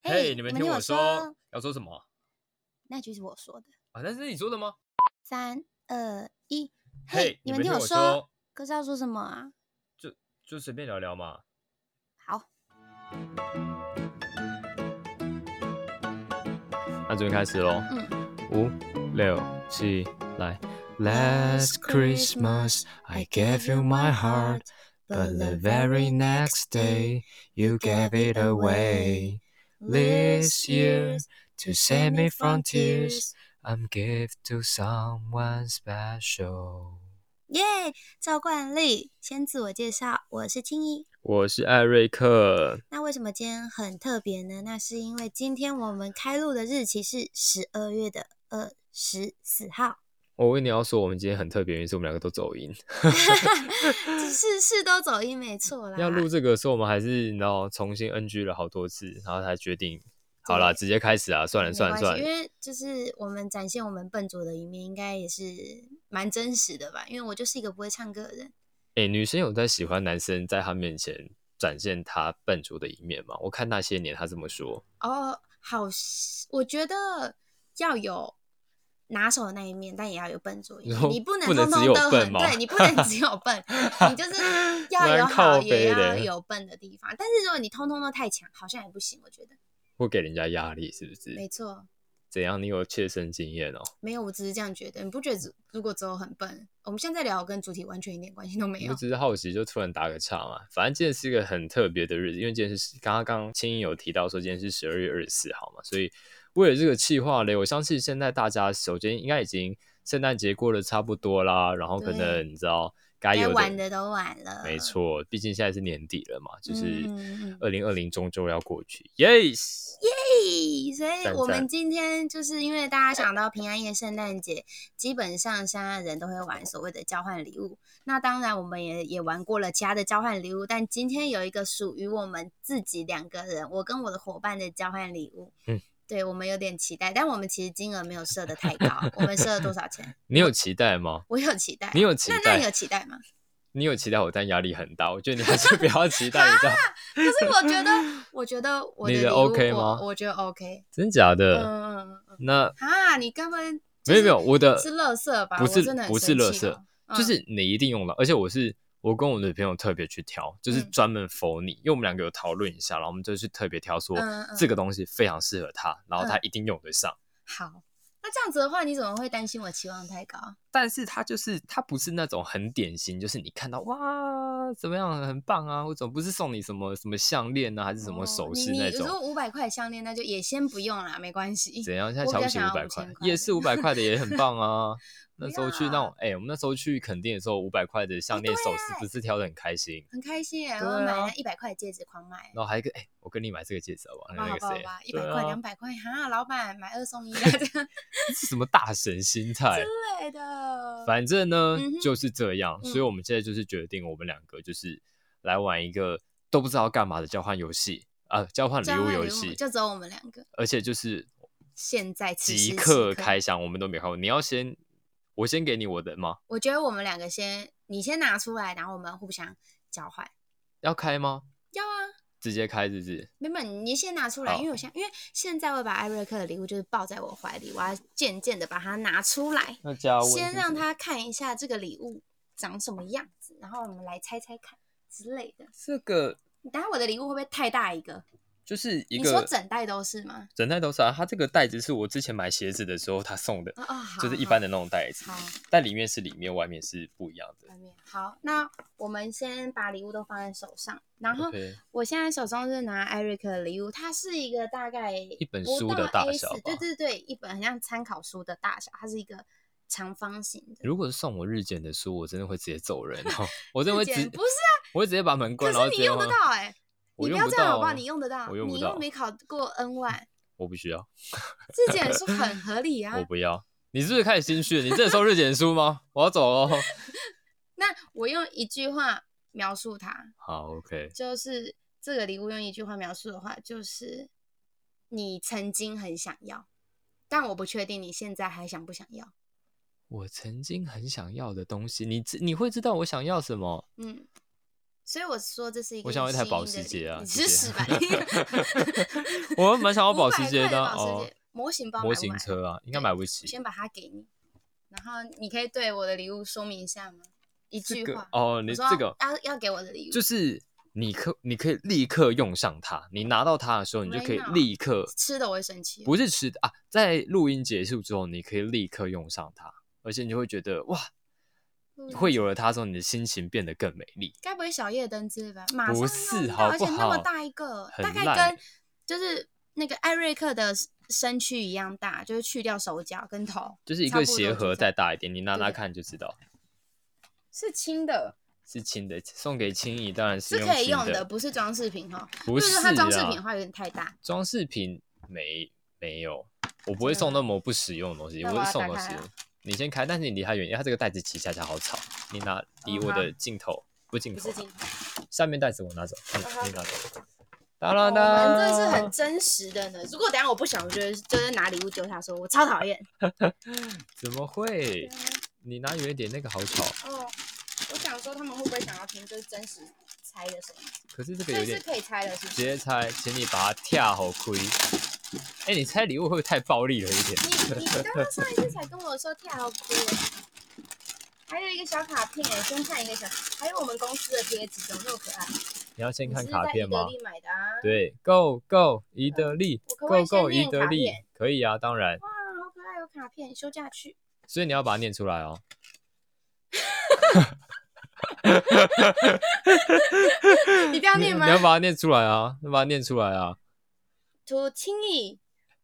嘿，你们听我说，要说什么那句是我说的啊？那是你说的吗 ？3、2、1， 嘿， 你们听我说，可是要说什么啊？ 就随便聊聊嘛。 好， 那准备开始咯。5、6、7，来。Last Christmas I gave you my heart, but the very next day you gave it away. This year, to save me from tears, I'm give to someone special. 耶！照惯例，先自我介绍，我是青怡， 我是艾瑞克。 那为什么今天很特别呢？那是因为今天我们开录的日期是12月24号。 我跟你要说，我们今天很特别，原因是我们两个都走音。 是都走音没错啦。 要录这个的时候，我们还是你知道重新 NG 了好多次，然后才决定好啦，直接开始啊！算了， 因为就是我们展现我们笨拙的一面，应该也是蛮真实的吧？因为我就是一个不会唱歌的人。 女生有在喜欢男生在她面前展现他笨拙的一面吗？我看那些年他这么说。 哦，好，我觉得要有拿手的那一面，但也要有笨拙一面。你不能通通都很对，你不能只有笨，你就是要有好也要有笨的地方。但是如果你通通都太强，好像也不行，我觉得不给人家压力，是不是？ 没错。 怎样？你有切身经验哦？ 没有，我只是这样觉得。你不觉得如果只有很笨，我们现在聊跟主题完全一点关系都没有。 我只是好奇，就突然打个岔嘛。反正今天是一个很特别的日子，因为今天是刚青英有提到说今天是12月24号嘛，所以为了这个企划嘞，我相信现在大家首先应该已经圣诞节过得差不多啦，然后可能你知道该玩的都玩了， 没错，毕竟现在是年底了嘛，就是2020终究要过去，yes。 所以我们今天就是因为大家想到平安夜、圣诞节，基本上现在人都会玩所谓的交换礼物。那当然，我们也玩过了其他的交换礼物，但今天有一个属于我们自己两个人，我跟我的伙伴的交换礼物。对，我们有点期待，但我们其实金额没有设得太高。我们设了多少钱？ 你有期待吗？ 我有期待。 你有期待？ 那你有期待吗？ 你有期待我，但压力很大。我觉得你还是不要期待，你知道？ 可是我觉得我的你的 OK 吗？ 我觉得 OK。 真假的？那你根本没有，我的是垃圾吧？ 不是垃圾，就是你一定用到，而且我跟我的朋友特别去挑，就是专门 for 你，因为我们两个有讨论一下，然后我们就去特别挑说这个东西非常适合他，然后他一定用得上。 好。那这样子的话，你怎么会担心我期望太高？ 但是他不是那种很典型，就是你看到哇怎么样很棒啊，或者不是送你什么项链啊，还是什么首饰那种。 你如果500块项链，那就也先不用啦，没关系。 怎样？现在瞧不起500块，夜市500块的也很棒啊。那时候去那种我们那时候去垦丁的时候，500块的项链首饰不是挑得很开心， 很开心耶！我买了100块的戒指狂买， 然后还一个我跟你买这个戒指好不好？那个谁 ，100块200块哈，老板买2送1啊，这样什么大神心态之类的。 反正呢就是这样，所以我们现在就是决定我们两个就是来玩一个都不知道干嘛的交换游戏交换礼物游戏， 就只有我们两个， 而且就是现在即刻开箱，我们都没看过。你要我先给你我的吗？ 我觉得我们两个你先拿出来，然后我们互相交换。 要开吗？ 要啊， 直接开是不是？ 没有，你先拿出来，因为现在我把艾瑞克的礼物就是抱在我怀里，我要渐渐的把它拿出来，先让他看一下这个礼物长什么样子，然后我们来猜猜看之类的。 这个， 等下我的礼物会不会太大一个？ 就是一个， 你说整袋都是吗？ 整袋都是啊，它这个袋子是我之前买鞋子的时候他送的，就是一般的那种袋子，但里面是里面，外面是不一样的。 好，那我们先把礼物都放在手上，然后我现在手中是拿艾瑞克的礼物，它是一个大概一本书的大小吧， 对，一本很像参考书的大小，它是一个长方形的。 如果是送我日检的书，我真的会直接走人我真的会不是啊， 我会直接把门关， 可是你用得到你不要这样好不好？你用得到， 你又没考过 N1， 我不需要。 日检书很合理啊。 我不要。你是不是开始心虚了？你真的收日检书吗？我要走哦。 那我用一句话描述它。 好 ，OK。 就是这个礼物用一句话描述的话，就是你曾经很想要，但我不确定你现在还想不想要。 我曾经很想要的东西，你会知道我想要什么？ 所以我说这是一个我想要一台保时捷啊， 你吃屎吧！ 我蛮想要保时捷的哦。模型包、 模型车啊，应该买不起。 我先把它给你，然后你可以对我的礼物说明一下吗？一句话哦，你这个要给我的礼物就是你可以立刻用上它，你拿到它的时候，你就可以立刻吃的我会生气， 不是吃的啊，在录音结束之后，你可以立刻用上它，而且你就会觉得哇，会有了它之后，你的心情变得更美丽。 该不会小夜灯之类吧？马上不是，好不好？ 而且那么大一个，大概跟就是那个艾瑞克的身躯一样大，就是去掉手脚跟头， 就是一个鞋盒再大一点，你拿看就知道。 是轻的， 是轻的，送给青怡当然是可以用的，不是装饰品哈。 不是它装饰品的话有点太大。 装饰品没有，我不会送那么不实用的东西，我会送东西。你先开，但是你离它远一点，它这个袋子骑起来才好吵。你拿离我的镜头，不是镜头，下面袋子我拿走，你拿走。当然的， 我们这是很真实的呢。如果等一下我不想，我觉得就是拿礼物丢他说我超讨厌。 怎么会？你拿远一点，那个好吵。 哦，我想说他们会不会想要听就是真实猜的声音？ 可是这个有点是可以猜的，是不是？ 直接猜，请你把它跳好亏。哎，你猜礼物会不会太暴力了一点？ 你刚刚上一次才跟我说跳好亏。还有一个小卡片哎，先看一个还有我们公司的贴纸，怎么那么可爱？ 你要先看卡片吗？ 宜得利买的啊。 对 ，Go 宜得利 ，Go 宜得利，可以啊，当然。 哇，好可爱，有卡片，休假去。 所以你要把它念出来哦。 一定要念吗？ 你要把它念出来啊！你把它念出来啊！ 涂青怡。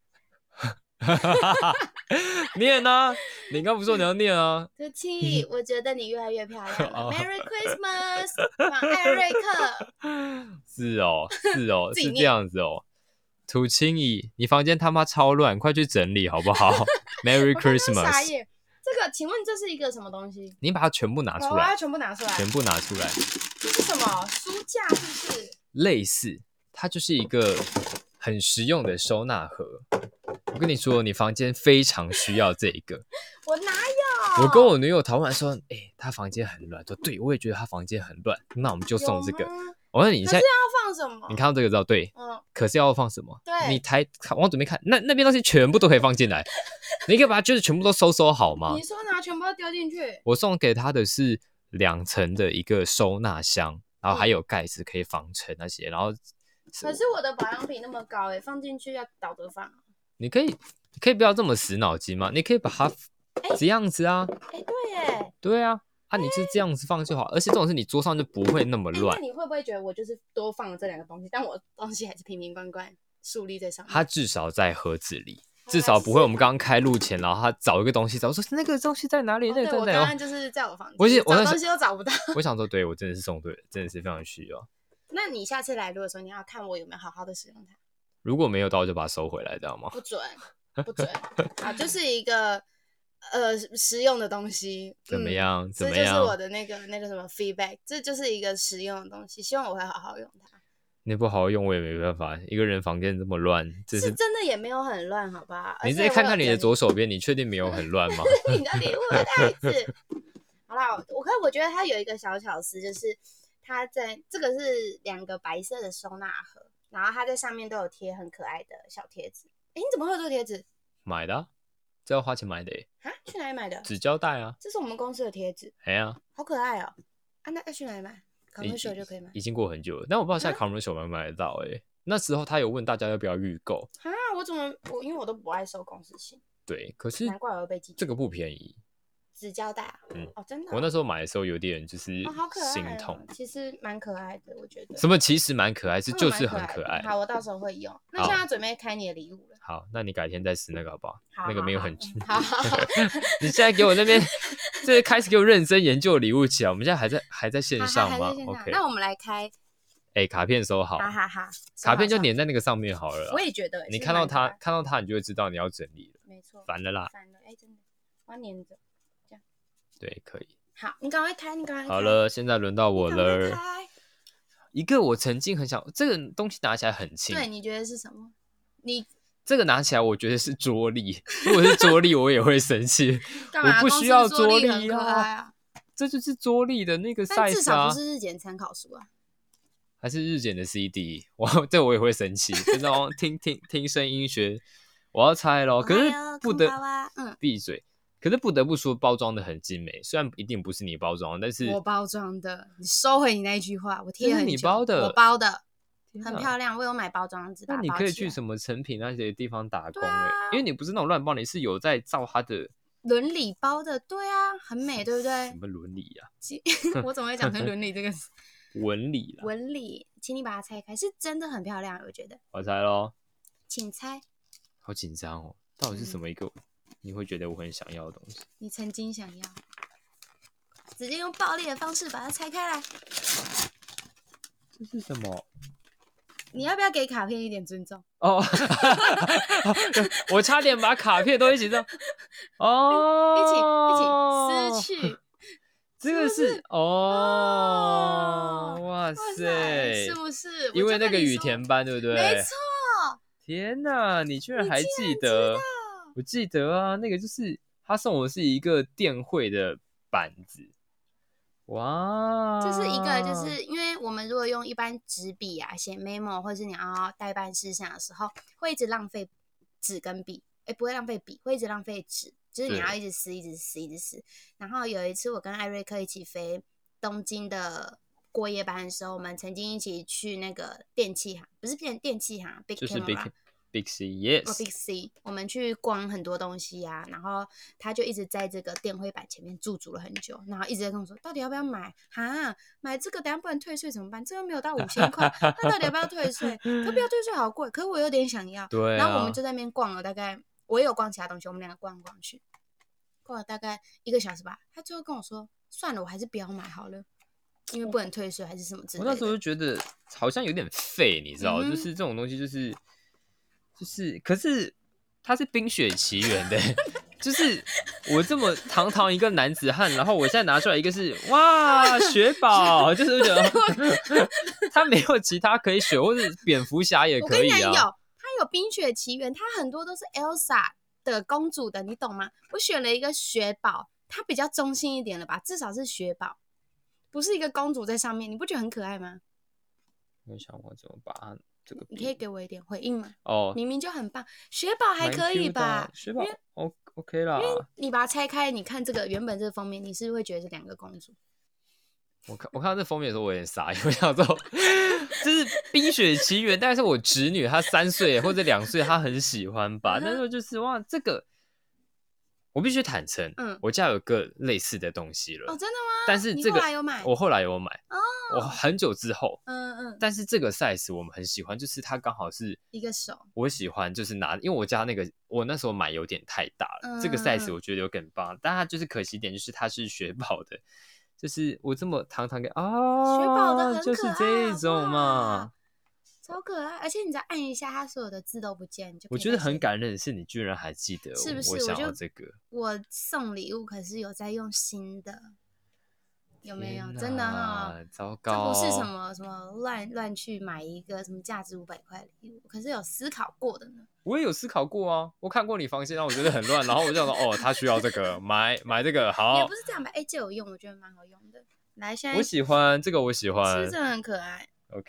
念啊！你刚不说你要念啊？ 涂青怡，我觉得你越来越漂亮了。Merry Christmas， from艾瑞克。 是哦，是这样子哦。涂青怡，你房间他妈超乱，快去整理好不好？Merry Christmas。 傻眼。这个，请问这是一个什么东西？ 你把它全部拿出来。 我要全部拿出来。 全部拿出来。 这是什么？书架是不是？ 类似，它就是一个很实用的收纳盒。我跟你说，你房间非常需要这一个。 我哪有？ 我跟我女友讨论说，她房间很乱。说对，我也觉得她房间很乱。那我们就送这个。我问你现在要放什么？ 你看到这个知道对？可是要放什么？ 对， 你往左边看，那边东西全部都可以放进来。你可以把它就是全部都收好吗？ 你说拿全部都丢进去？ 我送给他的是2层的一个收纳箱，然后还有盖子可以防尘那些。然后， 可是我的保养品那么高放进去要倒着放。 你可以不要这么死脑筋吗？你可以把它这样子啊。 对耶。 对啊。你就这样子放就好，而且这种是你桌上就不会那么乱。 那你会不会觉得我就是多放了这2个东西，但我东西还是平平冠竖立在上面？ 它至少在盒子里，至少不会我们刚刚开录前，然后他找一个东西，找说那个东西在哪里？那个我刚刚就是在我房间，找东西都找不到。 我想说，对我真的是送对了，真的是非常需要。 那你下次来录的时候，你要看我有没有好好的使用它。 如果没有到，就把它收回来，知道吗？ 不准啊，就是一个。实用的东西怎么样？ 这就是我的那个什么 feedback， 这就是一个实用的东西，希望我会好好用它。 你不好好用，我也没办法。一个人房间这么乱， 是真的也没有很乱，好吧？ 你再看看你的左手边，你确定没有很乱吗？ 你的礼物的袋子。好啦，我觉得它有一个小巧思，就是它在这个是2个白色的收纳盒，然后它在上面都有贴很可爱的小贴纸。你怎么会有这个贴纸？ 买的。这要花钱买的去哪里买的？ 纸胶带啊， 这是我们公司的贴纸。好可爱哦！那要去哪里买 ？Commercial 就可以买。 已经过很久了，但我不知道现在 Commercial 买得到那时候他有问大家要不要预购因为我都不爱收公司信。 对，可是难怪我会被记住。 这个不便宜。 纸胶带真的。 我那时候买的时候有点就是心痛。 其实蛮可爱的，我觉得。 什么其实蛮可爱，就是很可爱。 好，我到时候会用。那现在准备开你的礼物了。 好，那你改天再试那个好不好？那个没有很。 好。 你现在给我那边，这开始给我认真研究礼物起来。我们现在还在线上吗 ？OK。 那我们来开。 卡片收好。卡片就粘在那个上面好了。 我也觉得。 你看到它，你就会知道你要整理了。 没错。 烦了啦。 真的，我要粘着。 对，可以。 好，你赶快开， 好了，现在轮到我了。一个我曾经很想，这个东西拿起来很轻。 对，你觉得是什么？你这个拿起来，我觉得是桌历。如果是桌历，我也会生气。我不需要桌历啊。这就是桌历的那个 size 啊。 但至少不是日检参考书啊。 还是日检的 CD， 这我也会生气，就那种听声音学，我要猜咯。可是闭嘴。可是不得不说，包装的很精美，虽然一定不是你包装，但是我包装的，你收回你那一句话，我贴很久， 你包的， 我包的，很漂亮，我有买包装纸。 那你可以去什么成品那些地方打工因为你不是那种乱包，你是有在照它的伦理包的，对啊，很美，对不对？ 什么伦理啊？ 我怎么会讲成伦理这个词？ 纹理啦， 纹理，请你把它拆开，是真的很漂亮，我觉得。 我猜咯， 请猜。 好紧张哦，到底是什么一个你会觉得我很想要的东西？ 你曾经想要，直接用暴力的方式把它拆开来。 这是什么？ 你要不要给卡片一点尊重？ 哦，我差点把卡片都一起扔。 一起撕去。 这个是哇塞， 是不是？ 因为那个羽田班，对不对？ 没错。 天哪，你居然还记得？我记得啊，那个就是他送我是一个电绘的板子。哇， 这是一个，就是因为我们如果用一般纸笔啊写 memo， 或是你要代办事项的时候，会一直浪费纸跟笔，不会浪费笔，会一直浪费纸，就是你要一直撕，一直撕，一直撕。然后有一次我跟艾瑞克一起飞东京的过夜班的时候，我们曾经一起去那个电器行，不是电器行 ，Big Camera。Big C，yes， Big C， 我们去逛很多东西啊，然后他就一直在这个电绘板前面驻足了很久，然后一直在跟我说，到底要不要买？买这个等下不能退税怎么办？这个没有到5000块，那到底要不要退税？可不要退税好贵，可是我有点想要。 对啊。 然后我们就在那边逛了大概，我也有逛其他东西，我们两个逛来逛去，逛了大概1个小时吧。他最后跟我说，算了，我还是不要买好了。因为不能退税还是什么之类的。 我那时候就觉得好像有点废，你知道，就是这种东西就是，可是它是《冰雪奇缘》的，就是我这么堂堂一个男子汉，然后我现在拿出来一个是哇雪宝，就是觉得他没有其他可以选，或是蝙蝠侠也可以啊。 他有《冰雪奇缘》，他很多都是 Elsa 的公主的，你懂吗？我选了一个雪宝，它比较中性一点了吧，至少是雪宝。不是一个公主在上面，你不觉得很可爱吗？ 我想我怎么把它这个， 你可以给我一点回应吗？明明就很棒，雪宝还可以吧？ 雪宝 OK 啦。 因为你把它拆开，你看这个原本这个封面，你是不是会觉得是2个公主？ 我看到这封面的时候，我有点傻，因为想说这是《冰雪奇缘》，但是我侄女她3岁或者2岁，她很喜欢吧。但是就是哇，这个。我必须坦诚，我家有个类似的东西了。 真的吗？ 但是这个我后来有买，我很久之后，但是这个 size 我们很喜欢，就是它刚好是一个手， 我喜欢就是拿，因为我家那个我那时候买有点太大了，这个 size 我觉得有点棒，但它就是可惜一点，就是它是雪宝的，就是我这么堂堂给雪宝的很可爱， 就是这种嘛。 超可爱，而且你再按一下，它所有的字都不见， 我觉得很感人的是，你居然还记得是不是？ 我想要这个。 我送礼物可是有在用新的，有没有？真的哈， 糟糕， 这不是什么乱去买一个什么价值500块礼物，可是有思考过的呢。 我也有思考过啊，我看过你房间，然后我觉得很乱，然后我就想说，他需要这个，买这个好。 也不是这样吧？这有用，我觉得蛮好用的。来，现在我喜欢这个，我喜欢， 是不是真的很可爱？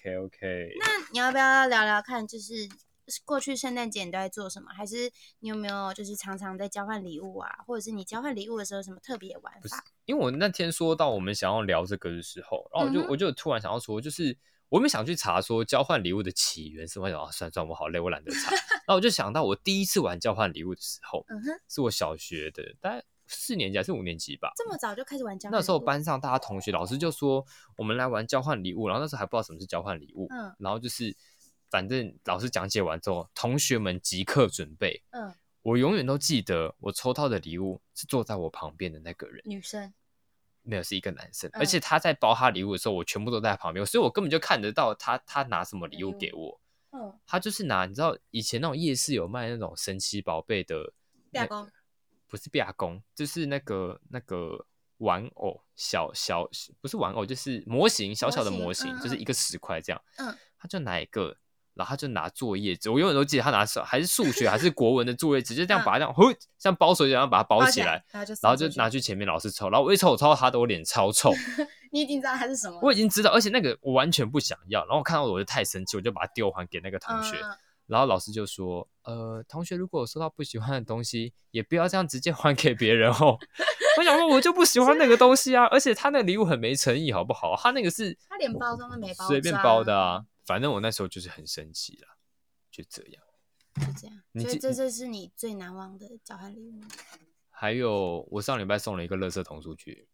OK， 那你要不要聊聊看，就是过去圣诞节你都在做什么？还是你有没有就是常常在交换礼物啊？或者是你交换礼物的时候有什么特别的玩法？ 因为我那天说到我们想要聊这个的时候，然后我就突然想要说，就是我们想去查说交换礼物的起源是什么。算我好累，我懒得查。然后我就想到我第一次玩交换礼物的时候，是我小学的大概4年级还是5年级吧， 这么早就开始玩交换礼物。 那时候班上大家同学老师就说我们来玩交换礼物，然后那时候还不知道什么是交换礼物，然后就是反正老师讲解完之后，同学们即刻准备，我永远都记得我抽到的礼物是坐在我旁边的那个人， 女生， 没有，是一个男生，而且他在包他礼物的时候，我全部都在他旁边，所以我根本就看得到他拿什么礼物给我，他就是拿，你知道以前那种夜市有卖那种神奇宝贝的壁公， 不是壁公，就是那个玩偶，小不是玩偶，就是模型，小小的模型，就是一个10块这样，他就拿一个，然后他就拿作业纸，我永远都记得他拿还是数学还是国文的作业纸，就这样把它这样，像包水一样把它包起来，然后就拿去前面老师抽，然后我一抽我抽到他的，我脸超臭， 你已经知道它是什么了？ 我已经知道，而且那个我完全不想要，然后我看到我就太生气，我就把它丢还给那个同学。然后老师就说：“同学，如果有收到不喜欢的东西，也不要这样直接还给别人哦。”我想说，我就不喜欢那个东西啊，而且他那个礼物很没诚意，好不好？他那个是他连包装都没包装， 随便包的啊。反正我那时候就是很生气啦，就这样。 就这样，所以这是你最难忘的交换礼物。 还有，我上礼拜送了一个垃圾桶出去。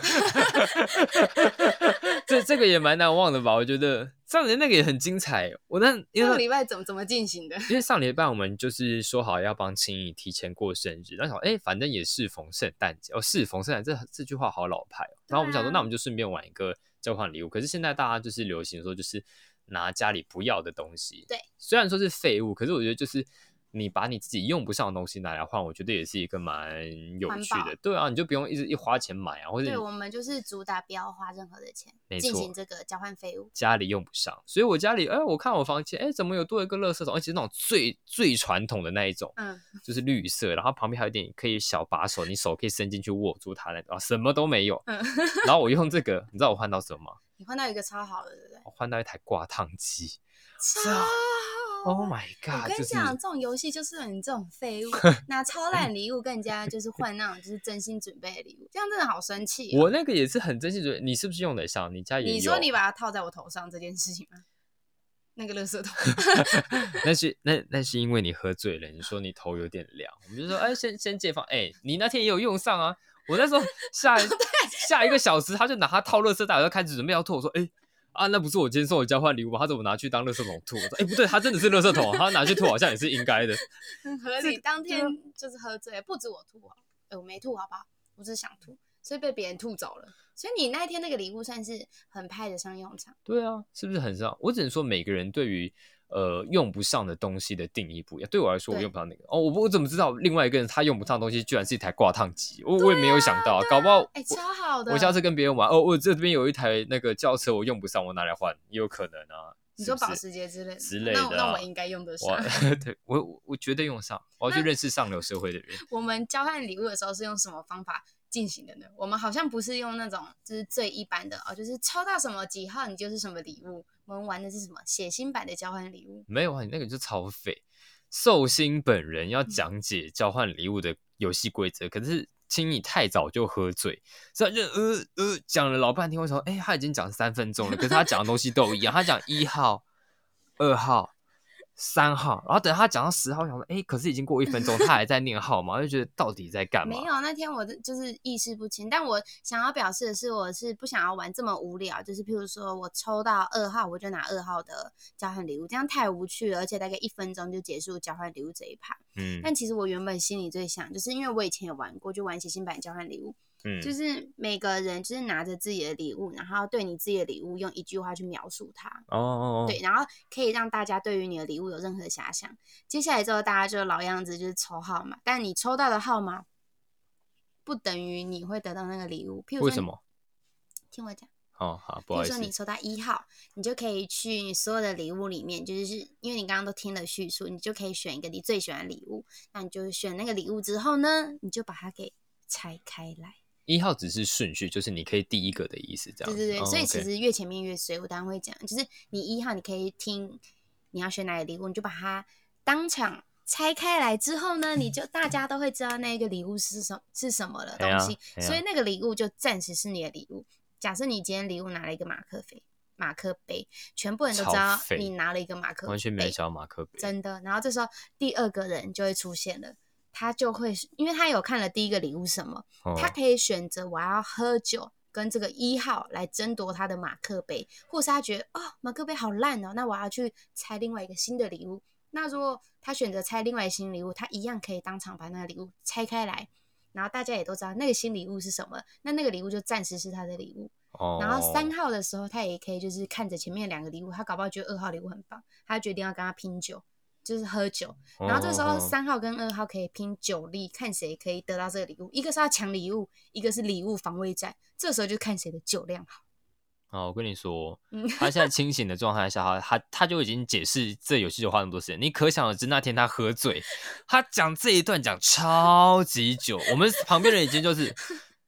这个也蛮难忘的吧？我觉得上礼拜那个也很精彩。上礼拜怎么进行的？ 因为上礼拜我们就是说好要帮青怡提前过生日，然后想反正也适逢圣诞节适逢圣诞这句话好老派哦。然后我们想说，那我们就顺便玩一个交换礼物。可是现在大家就是流行说，就是拿家里不要的东西。 对， 虽然说是废物，可是我觉得就是你把你自己用不上的东西拿来换，我觉得也是一个蛮有趣的。对啊，你就不用一花钱买啊，或者对，我们就是主打不要花任何的钱进行这个交换废物。 家里用不上，所以我家里我看我房间怎么有多一个垃圾桶，而且那种最传统的那一种，就是绿色，然后旁边还有点可以小把手，你手可以伸进去握住它那种，什么都没有。然后我用这个，你知道我换到什么吗？ 你换到一个超好的，对不对？ 我换到一台挂烫机， 超好。 Oh my god！ 我跟你讲，这种游戏就是你这种废物拿超烂礼物，更加就是换那种就是真心准备的礼物，这样真的好生气。 我那个也是很真心准备，你是不是用得上？你家也有？ 你说你把它套在我头上这件事情吗？那个垃圾桶那是因为你喝醉了，你说你头有点凉，我们就说先解放。你那天也有用上啊。我那时候下一个小时，他就拿它套垃圾袋，就开始准备要吐。我说那不是我今天送的交换礼物吗？他怎么拿去当垃圾桶吐？我说不对，他真的是垃圾桶，他拿去吐好像也是应该的， 很合理。当天就是喝醉，不止我吐我没吐，好不好？我只是想吐，所以被别人吐走了。所以你那一天那个礼物算是很派得上用场。 对啊，是不是很上？我只能说每个人对于用不上的东西的定义不一样。对我来说，我用不上那个我怎么知道另外一个人他用不上的东西居然是一台挂烫机？我也没有想到，搞不好超好的。 我下次跟别人玩我这边有一台那个轿车，我用不上，我拿来换也有可能啊。 你说保时捷之类的那我应该用得上。 对，我绝对用得上。我要去认识上流社会的人。 我们交换礼物的时候是用什么方法进行的呢？我们好像不是用那种就是最一般的就是抽到什么几号你就是什么礼物。我们玩的是什么血腥版的交换礼物？ 没有啊，你那个就超废。寿星本人要讲解交换礼物的游戏规则，可是青怡太早就喝醉，所以就讲了老半天。为什么？他已经讲3分钟了，可是他讲的东西都一样。他讲1号、2号、3号，然后等他讲到10号，想说可是已经过1分钟，他还在念号嘛，就觉得到底在干嘛？ 没有，那天我就是意识不清，但我想要表示的是，我是不想要玩这么无聊，就是譬如说我抽到2号，我就拿2号的交换礼物，这样太无趣了，而且大概1分钟就结束交换礼物这一趴。但其实我原本心里最想，就是因为我以前有玩过，就玩血腥版交换礼物。就是每个人就是拿着自己的礼物，然后对你自己的礼物用一句话去描述它。对，然后可以让大家对于你的礼物有任何的遐想。接下来之后，大家就老样子，就是抽号码，但你抽到的号码不等于你会得到那个礼物。譬如说， 为什么？ 听我讲。 好，不好意思。 譬如说你抽到1号，你就可以去所有的礼物里面，就是因为你刚刚都听了叙述，你就可以选一个你最喜欢的礼物。那你就选那个礼物之后呢，你就把它给拆开来。 1号只是顺序，就是你可以第一个的意思，这样子。 对，所以其实越前面越衰。我当然会讲，就是你1号你可以听你要选哪个礼物，你就把它当场拆开来之后呢，大家都会知道那个礼物是什么的东西，所以那个礼物就暂时是你的礼物。假设你今天礼物拿了一个马克杯，全部人都知道你拿了一个马克杯， 完全没人想要马克杯， 真的。然后这时候第2个人就会出现了。他就会，因为他有看了第一个礼物是什么，他可以选择我要喝酒跟这个1号来争夺他的马克杯，或是他觉得马克杯好烂那我要去拆另外一个新的礼物。那如果他选择拆另外一个新礼物，他一样可以当场把那个礼物拆开来，然后大家也都知道那个新礼物是什么，那个礼物就暂时是他的礼物。然后3号的时候，他也可以就是看着前面2个礼物，他搞不好觉得2号礼物很棒，他决定要跟他拼酒。就是喝酒，然后这时候3号跟2号可以拼酒力，看谁可以得到这个礼物。一个是要抢礼物，一个是礼物防卫战，这时候就看谁的酒量好。 我跟你说，他现在清醒的状态下，他就已经解释这游戏就花那么多时间。你可想而知，那天他喝醉，他讲这一段讲超级久，我们旁边人已经就是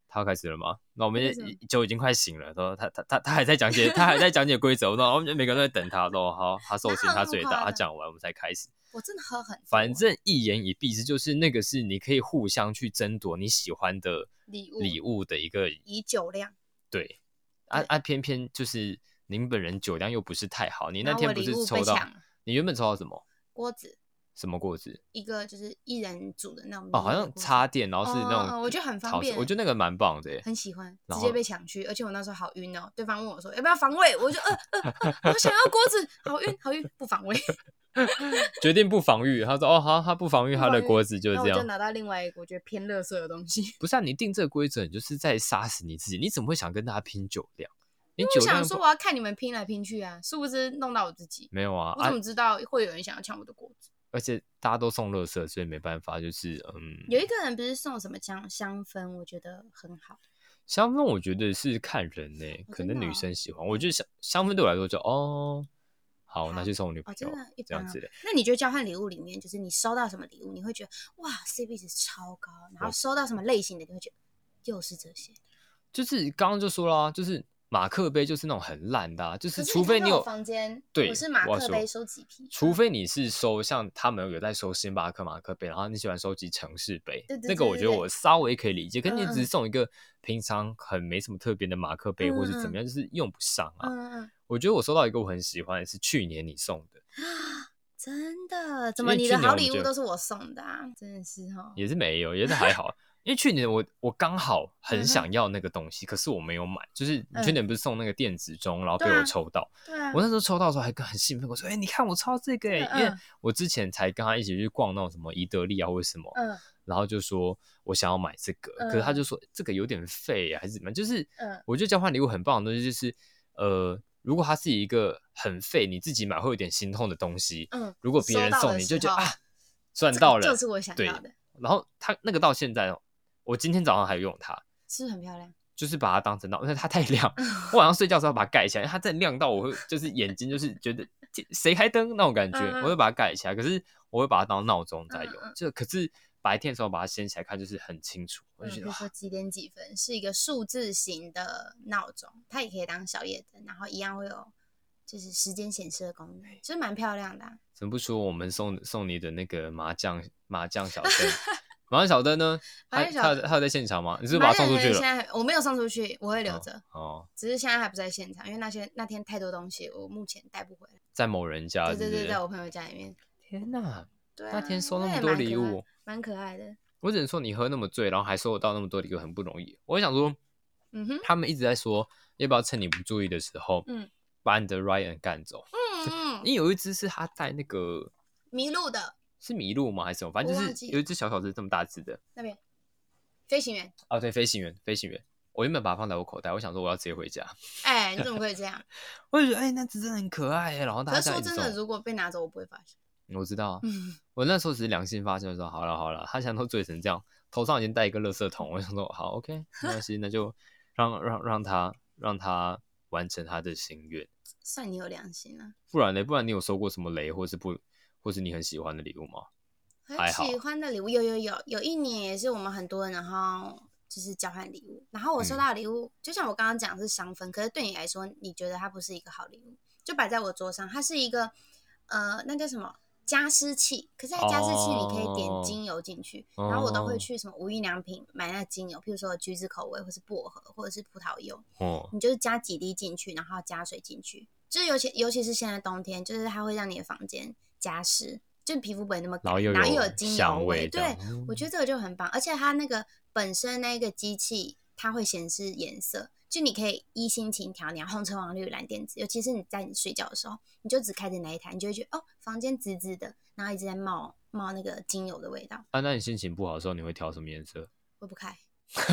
他要开始了吗？那我们酒已经快醒了，说他还在讲解，他还在讲解规则，然后我们每个人都在等他，说好，他寿星他最大，他讲完我们才开始。 我真的喝很多， 反正一言以蔽之，就是那个是你可以互相去争夺你喜欢的礼物的一个以酒量。 对偏偏就是您本人酒量又不是太好，你那天不是抽到，你原本抽到什么锅子？ 什么锅子？ 一个就是一人煮的那种好像插电，然后是那种， 我觉得很方便， 我觉得那个蛮棒的， 很喜欢，直接被抢去，而且我那时候好晕哦。对方问我说要不要防卫，我就我想要锅子，好晕，不防卫， 决定不防御。他说好，他不防御他的锅子就是这样。 我就拿到另外一个我觉得偏垃圾的东西。 不是啊，你定这个规则，你就是在杀死你自己。你怎么会想跟大家拼酒量？ 因为我想说我要看你们拼来拼去啊，殊不知弄到我自己。 没有啊， 我怎么知道会有人想要抢我的锅子？ 而且大家都送垃圾，所以没办法，就是有一个人不是送什么香氛，我觉得很好。 香氛我觉得是看人欸，可能女生喜欢。我觉得香氛对我来说就好，拿去送我女朋友，这样子的。 那你觉得交换礼物里面，就是你收到什么礼物，你会觉得哇 CP 值超高，然后收到什么类型的，你会觉得又是这些？ 就是刚刚就说了，就是马克杯就是那种很烂的就是除非你有房间， 对， 我是马克杯收集癖， 除非你是收像他们有在收星巴克马克杯，然后你喜欢收集城市杯，那个我觉得我稍微可以理解。可是你只是送一个平常很没什么特别的马克杯，或是怎么样，就是用不上啊。我觉得我收到一个我很喜欢的是去年你送的， 真的？怎么你的好礼物都是我送的啊？真的是也是没有，也是还好。因为去年我刚好很想要那个东西，可是我没有买。就是你去年不是送那个电子钟，然后被我抽到。我那时候抽到的时候还很兴奋，我说：“你看我抽到这个！”因为我之前才跟他一起去逛那种什么宜得利啊或者什么，然后就说我想要买这个，可是他就说这个有点废还是怎么样？就是我觉得交换礼物很棒的东西就是如果它是一个很废，你自己买会有点心痛的东西，如果别人送你就觉得赚到了， 就是我想要的。 然后它那个到现在我今天早上还用它， 是不是很漂亮？ 就是把它当成因为它太亮，我晚上睡觉的时候把它盖起来，因为它真的亮到我会就是眼睛就是觉得谁开灯那种感觉，我会把它盖起来。可是我会把它当闹钟在用，就可是白天的时候把它掀起来看，就是很清楚。我就觉得， 比如说几点几分是一个数字型的闹钟，它也可以当小夜灯，然后一样会有就是时间显示的功能，就是蛮漂亮的。 怎么不说我们送你的那个麻将小灯？麻将小灯呢？他有在现场吗？你是不是把它送出去了？ 现在我没有送出去，我会留着。只是现在还不在现场，因为那天太多东西，我目前带不回来。 在某人家， 对，在我朋友家里面。 天哪！那天收那么多礼物， 蛮可爱的。 我只能说你喝那么醉，然后还收得到那么多礼物，很不容易。我想说，他们一直在说要不要趁你不注意的时候，把你的 Ryan 赶走。因为有一只是他在那个迷路的。 是麋鹿吗？还是什么？反正就是有一只小只这么大只的。 那边飞行员对，飞行员。我原本把它放在我口袋，我想说我要直接回家。 你怎么可以这样？ 我就觉得那只真的很可爱然后大家说真的，如果被拿走，我不会发现。 我知道我那时候只是良心发现说好了，他现在都醉成这样，头上已经带一个垃圾桶，我想说好 OK 没关系，那就让他完成他的心愿。 算你有良心啊！ 不然你有收过什么雷，或是你很喜欢的礼物吗？ 很喜欢的礼物有一年也是我们很多人，然后就是交换礼物，然后我收到的礼物，就像我刚刚讲的是香氛，可是对你来说，你觉得它不是一个好礼物，就摆在我桌上，它是一个那叫什么加湿器，可是它加湿器你可以点精油进去，然后我都会去什么无印良品买那个精油，譬如说橘子口味，或是薄荷，或者是葡萄柚，你就是加几滴进去，然后加水进去，就是尤其是现在冬天，就是它会让你的房间加湿。就皮肤不会那么干，然后又有精油味，对，我觉得这个就很棒。而且它那个本身那个机器，它会显示颜色，就你可以依心情调，你要红橙黄绿蓝靛紫。尤其是你在你睡觉的时候，你就只开着那一台，你就会觉得房间紫紫的，然后一直在冒那个精油的味道。 那你心情不好的时候，你会调什么颜色？ 我不开。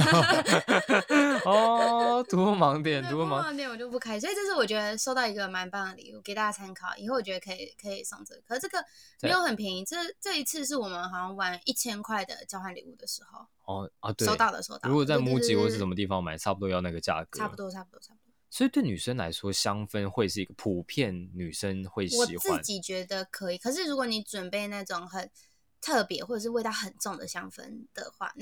突破盲点， 我就不开，所以这是我觉得收到一个蛮棒的礼物，给大家参考。以后我觉得可以送这个，可是这个没有很便宜。这一次是我们好像玩1000块的交换礼物的时候， 对，收到。 如果在MUJI或是什么地方买，差不多要那个价格， 差不多。 所以对女生来说，香氛会是一个普遍女生会喜欢。 我自己觉得可以，可是如果你准备那种很特别或者是味道很重的香氛的话，那种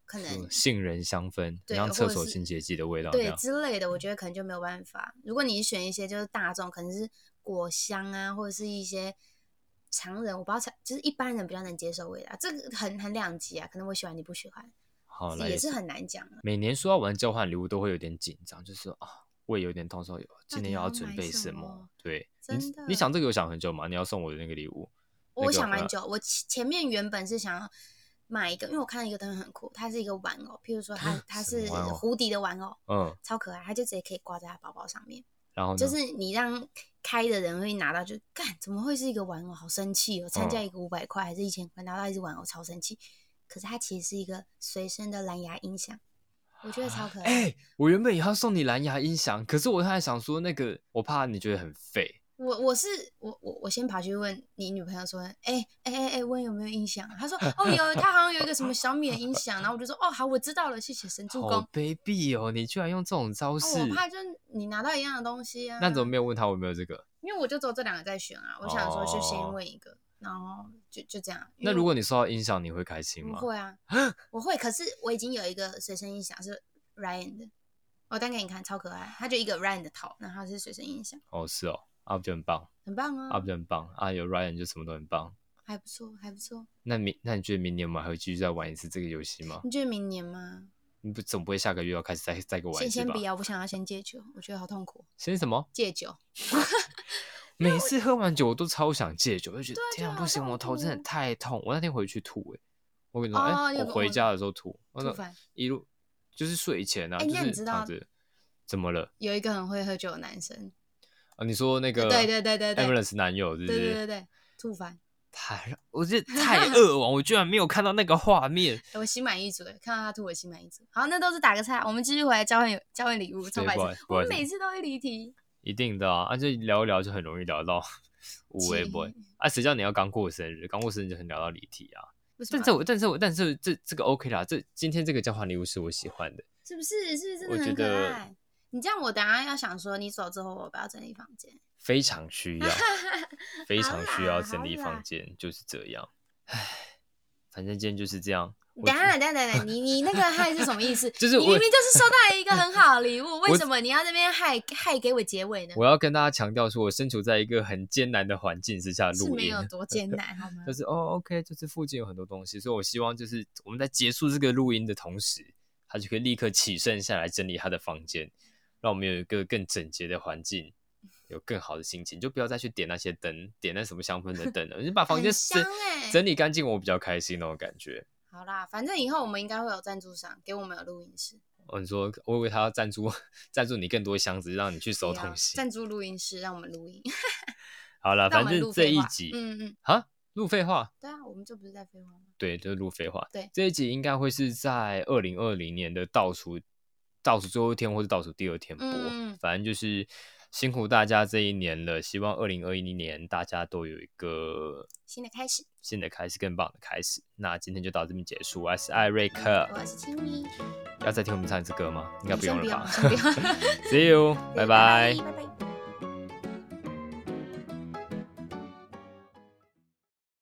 可能杏仁香氛，像厕所清洁剂的味道， 对之类的，我觉得可能就没有办法。如果你选一些就是大众，可能是果香啊，或者是一些常人我不知道，就是一般人比较能接受味道，这个很两极啊，可能我喜欢你不喜欢， 好， 也是很难讲。 每年说要玩交换礼物都会有点紧张，就是胃有点痛，说今年要准备什么？对， 真的。 你想这个有想很久吗？你要送我的那个礼物？ 我想蛮久，我前面原本是想要买一个，因为我看到一个东西很酷，它是一个玩偶，譬如说它是胡迪的玩偶，超可爱，它就直接可以挂在它包包上面。然后就是你让开的人会拿到就干，怎么会是一个玩偶？好生气哦！参加一个500块还是1000块拿到一只玩偶，超生气。可是它其实是一个随身的蓝牙音响，我觉得超可爱。 我原本也要送你蓝牙音响，可是我还想说那个，我怕你觉得很废。 我先跑去问你女朋友说，问有没有音响？她说有，她好像有一个什么小米的音响，然后我就说好，我知道了，谢谢神助攻。 好卑鄙哦，你居然用这种招式！ 我怕就是你拿到一样的东西啊。 那怎么没有问他有没有这个？ 因为我就只有这2个在选啊，我想说就先问一个，然后就这样。 那如果你收到音响，你会开心吗？ 不会啊，我会。可是我已经有一个随身音响是 Ryan 的，我单给你看，超可爱。它就一个 Ryan 的头，然后它是随身音响。 是哦。就很棒， 很棒啊！ 就很棒啊！有 Ryan 就什么都很棒， 还不错，还不错。 那你觉得明年我们还会继续再玩一次这个游戏吗？ 你觉得明年吗？ 你总不会下个月要开始再给我玩一次吧？ 先不要，我想要先戒酒，我觉得好痛苦。 先什么？ 戒酒。 每次喝完酒我都超想戒酒，就觉得天啊不行，我头真的太痛。我那天回去吐我跟你说，我回家的时候吐饭，一路就是睡前啊，就是躺着。怎么了？ 有一个很会喝酒的男生。 你说那个对 Emily 男友是不是？ 对，吐翻， 我觉得太恶王，我居然没有看到那个画面。 我心满意足，看到他吐我心满意足。好，那都是打个岔，我们继续回来交换礼物。超白痴，我们每次都会离题。 一定的啊，就聊一聊就很容易聊到无微不微谁叫你要刚过生日就很聊到离题啊。但是这个 OK 啦，今天这个交换礼物是我喜欢的， 是不是真的很可爱？你这样我等一下要想说，你走之后我不要整理房间， 非常需要，非常需要整理房间，就是这样。反正今天就是这样。 等下，你那个害是什么意思？就是你明明就是收到一个很好的礼物，为什么你要这边害给我结尾呢？ 我要跟大家强调说，我身处在一个很艰难的环境之下录音， 是没有多艰难好吗？ 就是OK，就是附近有很多东西，所以我希望就是我们在结束这个录音的同时，他就可以立刻起身下来整理他的房间。让我们有一个更整洁的环境，有更好的心情，就不要再去点那些灯，点那什么香氛的灯了。你把房间整理干净，我比较开心那种感觉。 好啦，反正以后我们应该会有赞助商给我们有录音室。 你说我以为他要赞助你更多箱子，让你去收东西。 赞助录音室，让我们录音。 好啦，反正这一集，录废话。 对啊，我们这不是在废话吗？ 对，就是录废话。 对， 这一集应该会是在2020年的倒数最后一天，或是倒数第2天播。反正就是辛苦大家这一年了，希望2021年大家都有一个新的开始， 更棒的开始。那今天就到这边结束。我是艾瑞克， 我是青咪。 要再听我们唱一次歌吗？应该不用了吧？ 先不要。 See you， 拜拜。 拜拜。